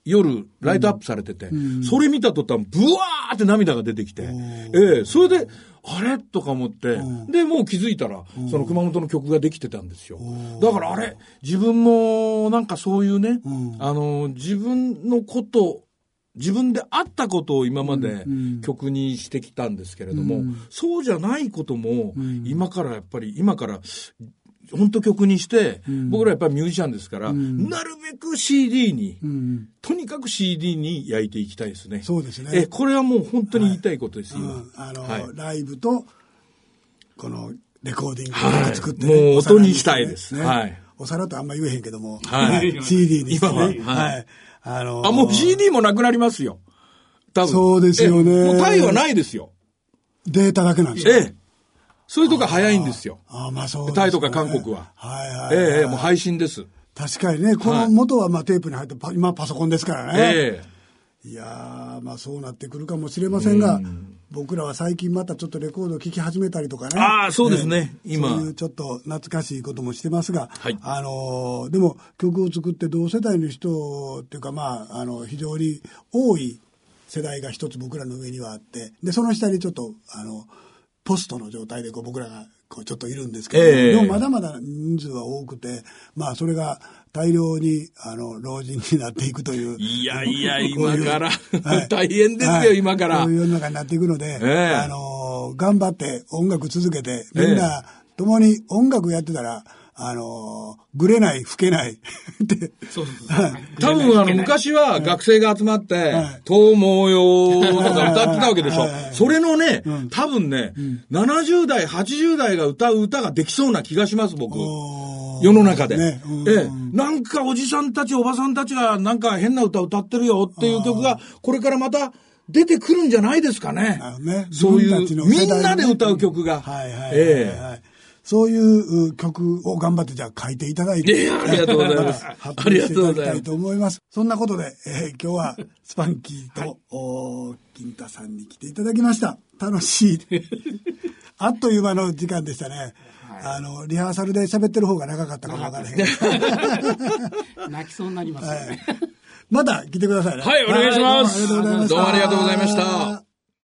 Speaker 7: 夜ライトアップされてて、それ見た途端ブワーって涙が出てきて、それであれとか思って、でもう気づいたらその熊本の曲ができてたんですよ。だからあれ自分もなんかそういうね、自分のこと自分であったことを今まで曲にしてきたんですけれども、そうじゃないことも今から本当曲にして、僕らやっぱりミュージシャンですから、なるべく CD に、とにかく CD に焼いていきたいですね。
Speaker 6: そうですね。
Speaker 7: これはもう本当に言いたいことです、今。
Speaker 6: ライブと、このレコーディングを作って、
Speaker 7: もう音にしたいです。
Speaker 6: お皿とあんま言えへんけども、CD にしてね。
Speaker 7: もう CD もなくなりますよ。多分。
Speaker 6: そうですよね。
Speaker 7: もうタイはないですよ。
Speaker 6: データだけなんですよ。
Speaker 7: そういうとこが早いんですよ。
Speaker 6: まあそうですね。
Speaker 7: タイとか韓国は。もう配信です。
Speaker 6: 確かにね、この元はテープに入って、今パソコンですからね。いやー、まあそうなってくるかもしれませんが、僕らは最近またちょっとレコードを聴き始めたりとかね。
Speaker 7: そうですね、今。
Speaker 6: そういうちょっと懐かしいこともしてますが、でも曲を作って同世代の人っていうか、非常に多い世代が一つ僕らの上にはあって、で、その下にちょっと、ポストの状態で僕らがちょっといるんですけど、でもまだまだ人数は多くて、それが大量に老人になっていくという。
Speaker 7: いや今から大変ですよ、今から。
Speaker 6: そういう世の中になっていくので、頑張って音楽続けて、みんな共に音楽やってたら、ぐれない、吹けないって。
Speaker 7: 多分昔は学生が集まって、東毛よとか歌ってたわけでしょ。それのね、多分ね、70代、80代が歌う歌ができそうな気がします、僕。世の中で。なんかおじさんたち、おばさんたちがなんか変な歌歌ってるよっていう曲が、これからまた出てくるんじゃないですかね。そういう、みんなで歌う曲が。
Speaker 6: そういう曲を頑張ってじゃあ書いていただいて。
Speaker 7: ありがとうございます。
Speaker 6: 発表していただきたいと思います。そんなことで、今日はスパンキーと、金太さんに来ていただきました。楽しい。あっという間の時間でしたね。リハーサルで喋ってる方が長かったかもわからへん。
Speaker 8: 泣きそうになりますね。
Speaker 6: また来てくださいね。
Speaker 7: はい、お願いします。どうもありがとうございました。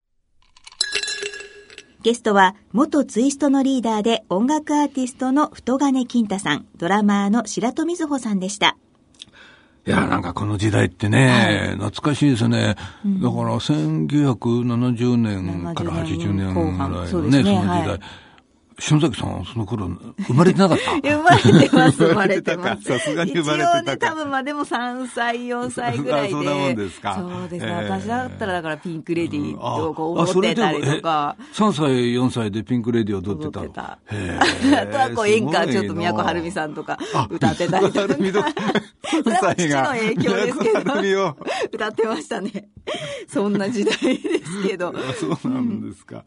Speaker 3: ゲストは元ツイストのリーダーで音楽アーティストの太金金太さん、ドラマーの白戸瑞穂さんでした。
Speaker 2: いや、なんかこの時代ってね、懐かしいですね。だから1970年から80年ぐらいのね、その時代。篠崎さん、その頃、生まれてなかった
Speaker 3: 生まれてます、生まれてます。
Speaker 2: さすがに生まれてたか。
Speaker 3: 一応ね、多分でも3歳、4歳ぐらいで。
Speaker 2: そんなもんですか。
Speaker 3: そうですね。私だったらだからピンクレディーを踊ってたりとか。
Speaker 2: 3歳、4歳でピンクレディーを踊ってたの。
Speaker 3: あとは演歌、ちょっと都はるみさんとか歌ってたりとか。それは父の影響ですけど、歌ってましたね。そんな時代ですけど。
Speaker 2: そうなんですか。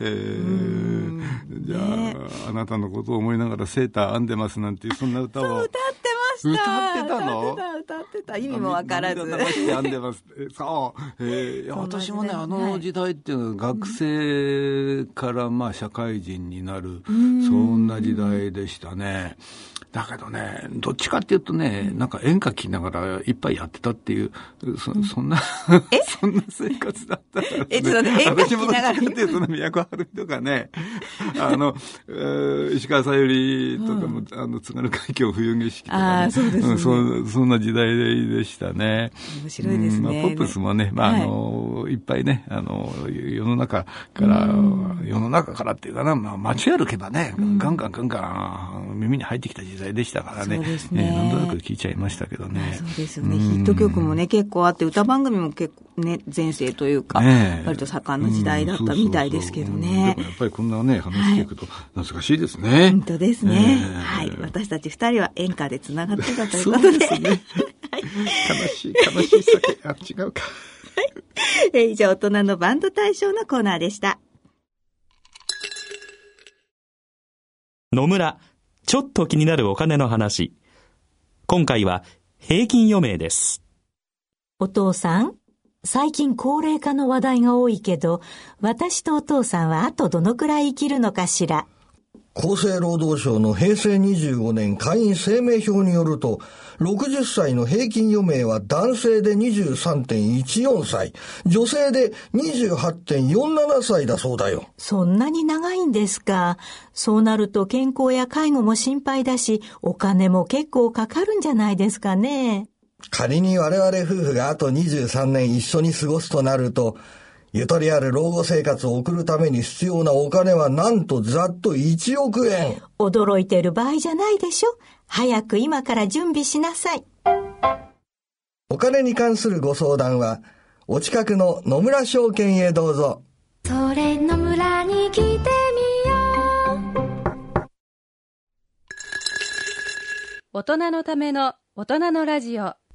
Speaker 2: じゃあ、あなたのことを思いながらセーター編んでますなんていうそんな歌を。
Speaker 3: そう、歌ってました。
Speaker 2: 歌ってたの？
Speaker 3: 歌ってた。意味もわからず。
Speaker 2: 編んでます。そう。いや、私もね、あの時代っていうのは学生から社会人になる、そんな時代でしたね。だけどね、どっちかっていうとね、なんか演歌聴きながらいっぱいやってたっていう、そんな生活だったからね。
Speaker 3: ちょっとね、演歌聴きながら。
Speaker 2: 私もどっちかっていうとね、都はるみとかね、石川さゆりとかも、津軽海峡冬景色とかね。
Speaker 3: そうですね。
Speaker 2: そんな時代でしたね。
Speaker 3: 面白いですね。
Speaker 2: ポップスもね、いっぱいね、世の中からっていうかな、街歩けばね、ガンガン耳に入ってきた時代でしたからね。
Speaker 3: そうですね。
Speaker 2: なんとなく聞いちゃいましたけどね。
Speaker 3: そうですよね。ヒット曲もね、結構あって、歌番組も結構ね、前世というか、割と盛んな時代だったみたいですけどね。
Speaker 2: でもやっぱりこんなね、話聞くと懐かしいですね。
Speaker 3: 本当ですね。はい。私たち2人は演歌でつながってたということで。
Speaker 2: そうですね。悲しい酒。違うか。
Speaker 3: 以上、大人のバンド大賞のコーナーでした。
Speaker 9: 野村、ちょっと気になるお金の話。今回は平均余命です。
Speaker 10: お父さん、最近高齢化の話題が多いけど、私とお父さんはあとどのくらい生きるのかしら。
Speaker 11: 厚生労働省の平成25年会員生命表によると、60歳の平均余命は男性で 23.14 歳、女性で 28.47 歳だそうだよ。
Speaker 10: そんなに長いんですか。そうなると健康や介護も心配だし、お金も結構かかるんじゃないですかね。
Speaker 11: 仮に我々夫婦があと23年一緒に過ごすとなると、ゆとりある老後生活を送るために必要なお金はなんとざっと1億円。
Speaker 10: 驚いてる場合じゃないでしょ。早く今から準備しなさい。
Speaker 11: お金に関するご相談はお近くの野村証券へどうぞ。
Speaker 5: それ野村に来てみよう。
Speaker 1: 大人のための大人のラジオ。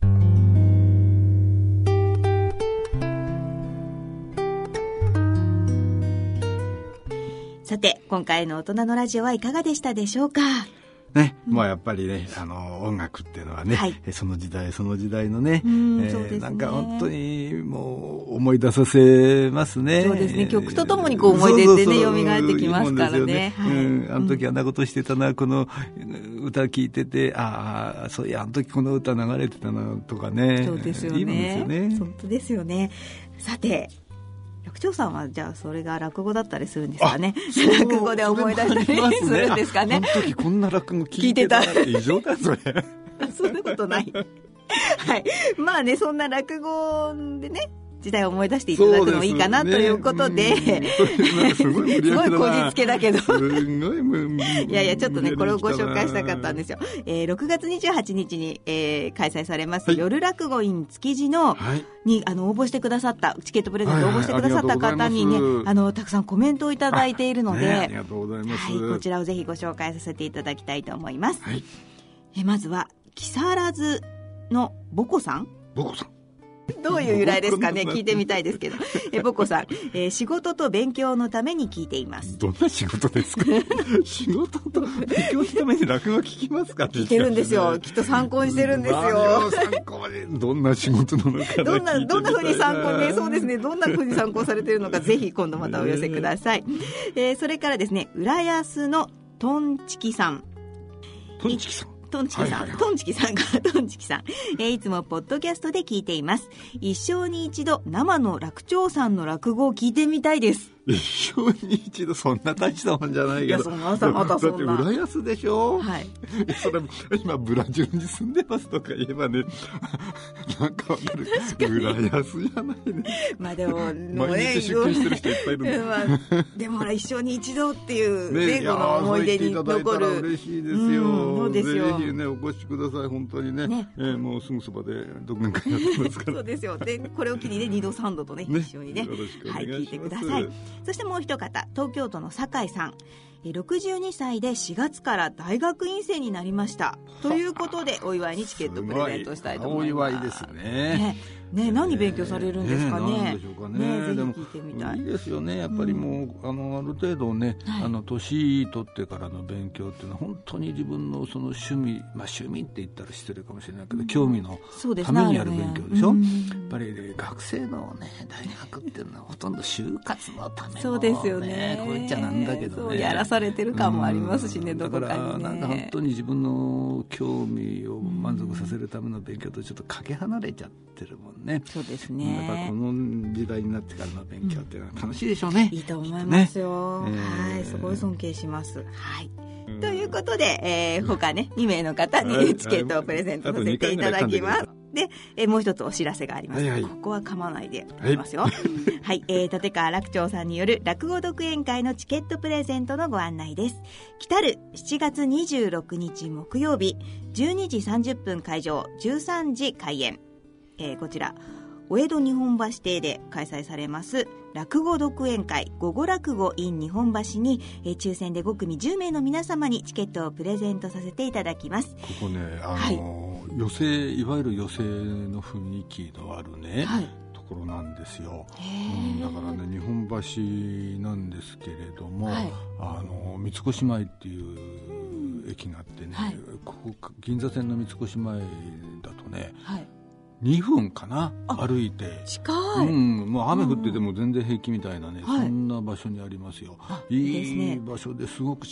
Speaker 3: さて、今回の大人のラジオはいかがでしたでしょうか。
Speaker 2: ね、まあやっぱりね、音楽っていうのはね、はい、その時代その時代のね、そうですね、なんか本当にもう思い出させますね。
Speaker 3: そうですね、曲とともにこう思い出ってね、蘇ってきますからね。
Speaker 2: はい、あの時あんなことしてたな、この歌聞いてて、ああ、そういや、あの時この歌流れてたなとかね。
Speaker 3: そうですよね。
Speaker 2: いいもんですよね。
Speaker 3: 本当ですよね。さて、楽長さんはじゃあそれが落語だったりするんですかね。落語で思い出したりするんですかね。
Speaker 2: あの時こんな落語聞いてたって異常だそれ。
Speaker 3: そんなことない。はい。まあね、そんな落語でね、時代を思い出していただくのもいいかなということで、
Speaker 2: すごい
Speaker 3: こじつけだけど、
Speaker 2: すごい
Speaker 3: いやいや、ちょっとね、これをご紹介したかったんですよ。6月28日に、開催されます、夜落語 in 築地の、に応募してくださったチケットプレゼント応募してくださった方にね、たくさんコメントをいただいているので、
Speaker 2: ありがとうございます。
Speaker 3: こちらをぜひご紹介させていただきたいと思います。まずは木更津のボコさん。どういう由来ですかね、聞いてみたいですけど。ボコさん、仕事と勉強のために聞いています。
Speaker 2: どんな仕事ですか？仕事と勉強のために落語聞きますか？
Speaker 3: 聞いてるんですよ。きっと参考にしてるんですよ。
Speaker 2: 参考に、どんな仕事なのか
Speaker 3: どんな風に参考に、そうですね、どんな風に参考されているのか、ぜひ今度またお寄せください。それからですね、浦安のトンチキさん。
Speaker 2: トンチキさん。
Speaker 3: トンチキさん、いつもポッドキャストで聞いています。一生に一度生の楽長さんの落語を聞いてみたいです。
Speaker 2: 一生に一度、そんな大したもんじゃないけど。
Speaker 3: いや、そんなまたそんな。
Speaker 2: だって浦安でしょ。
Speaker 3: はい。
Speaker 2: それ今ブラジルに住んでますとか言えばね、なんかわかる。浦安じゃないね。
Speaker 3: まあでも
Speaker 2: 毎日出勤してる人いっぱいいるんだ。
Speaker 3: でも一生に一度っていうね、この思い出に残る。
Speaker 2: 嬉しいですよ。
Speaker 3: そうですよ。
Speaker 2: ぜひね、お越しください。本当にね。もうすぐそばで独演会やってますから。
Speaker 3: そうですよ。で、これを機にね、2度3度とね、一緒にね、はい、聞いてください。そしてもう一方、東京都の酒井さん。62歳で4月から大学院生になりましたということで、お祝いにチケットプレゼントしたいと思います。
Speaker 2: お祝いですね。
Speaker 3: 何勉強されるんですかね。
Speaker 2: 何でしょうかね。
Speaker 3: ぜひ聞いてみたい。
Speaker 2: いいですよね。やっぱりもう、ある程度ね、年取ってからの勉強っていうのは本当に自分のその趣味、趣味って言ったら失礼かもしれないけど、興味のためにやる勉強でしょ。やっぱり学生のね、大学っていうのはほとんど就活のための、
Speaker 3: そうですよね。
Speaker 2: こう言っちゃなんだけどね。
Speaker 3: やらされてる感もありますしね、どこかにね。
Speaker 2: だからなんか本当に自分の興味を満足させるための勉強とちょっとかけ離れちゃってるもんね。
Speaker 3: そうですね。
Speaker 2: やっぱこの時代になってからの勉強っていうのは楽しいでしょうね。
Speaker 3: いいと思いますよ。はい、すごい尊敬します。はい。ということで、他ね、2名の方にチケットをプレゼントさせていただきます。で、もう一つお知らせがあります。ここは噛まないでいきますよ。はい、立川楽長さんによる落語独演会のチケットプレゼントのご案内です。来たる7月26日木曜日、12時30分会場、13時開演。こちら、お江戸日本橋邸で開催されます落語独演会午後落語 in 日本橋に、抽選で5組10名の皆様にチケットをプレゼントさせていただきます。
Speaker 2: ここね、寄席、いわゆる寄席の雰囲気のあるね、ところなんですよ。だからね、日本橋なんですけれども、三越前っていう駅があってね、ここ銀座線の三越前だとね、2分かな、歩いて
Speaker 3: 近い、
Speaker 2: もう雨降ってても全然平気みたいなね、そんな場所にありますよ。いい場所ですごくしっと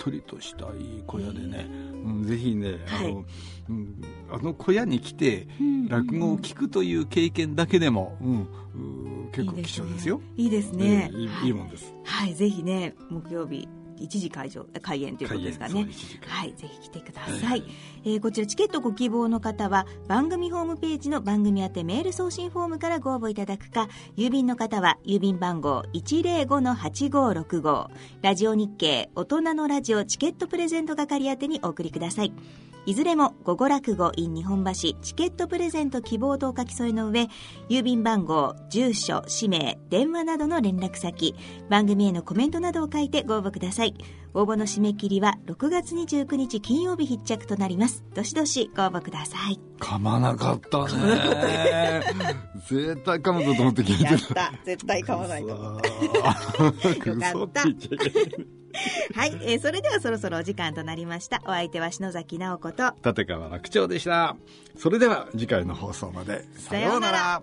Speaker 2: とりとしたいい小屋でね、ぜひね、あの小屋に来て落語を聞くという経験だけでも、結構貴重ですよ。
Speaker 3: いいですね。
Speaker 2: いいもんです。
Speaker 3: はい、ぜひね、木曜日1時開演ということですかね。はい、ぜひ来てください。こちらチケットご希望の方は番組ホームページの番組宛てメール送信フォームからご応募いただくか、郵便の方は郵便番号 105-8565 ラジオ日経大人のラジオチケットプレゼント係宛てにお送りください。いずれも午後落語 in 日本橋チケットプレゼント希望とお書き添えの上、郵便番号、住所、氏名、電話などの連絡先、番組へのコメントなどを書いてご応募ください。応募の締め切りは6月29日金曜日必着となります。どしどしご応募ください。
Speaker 2: 噛まなかったね。絶対噛むぞと思って聞いてた。
Speaker 3: やった、絶対噛まないと思った。よかった。はい、それではそろそろお時間となりました。お相手は篠崎直子と
Speaker 2: 立川楽長でした。それでは次回の放送まで。さようなら。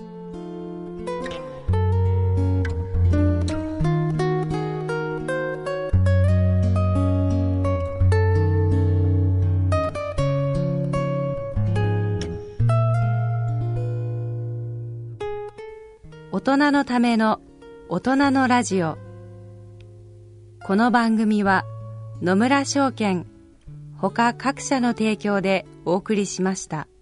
Speaker 1: 大人のための大人のラジオ。この番組は野村証券ほか各社の提供でお送りしました。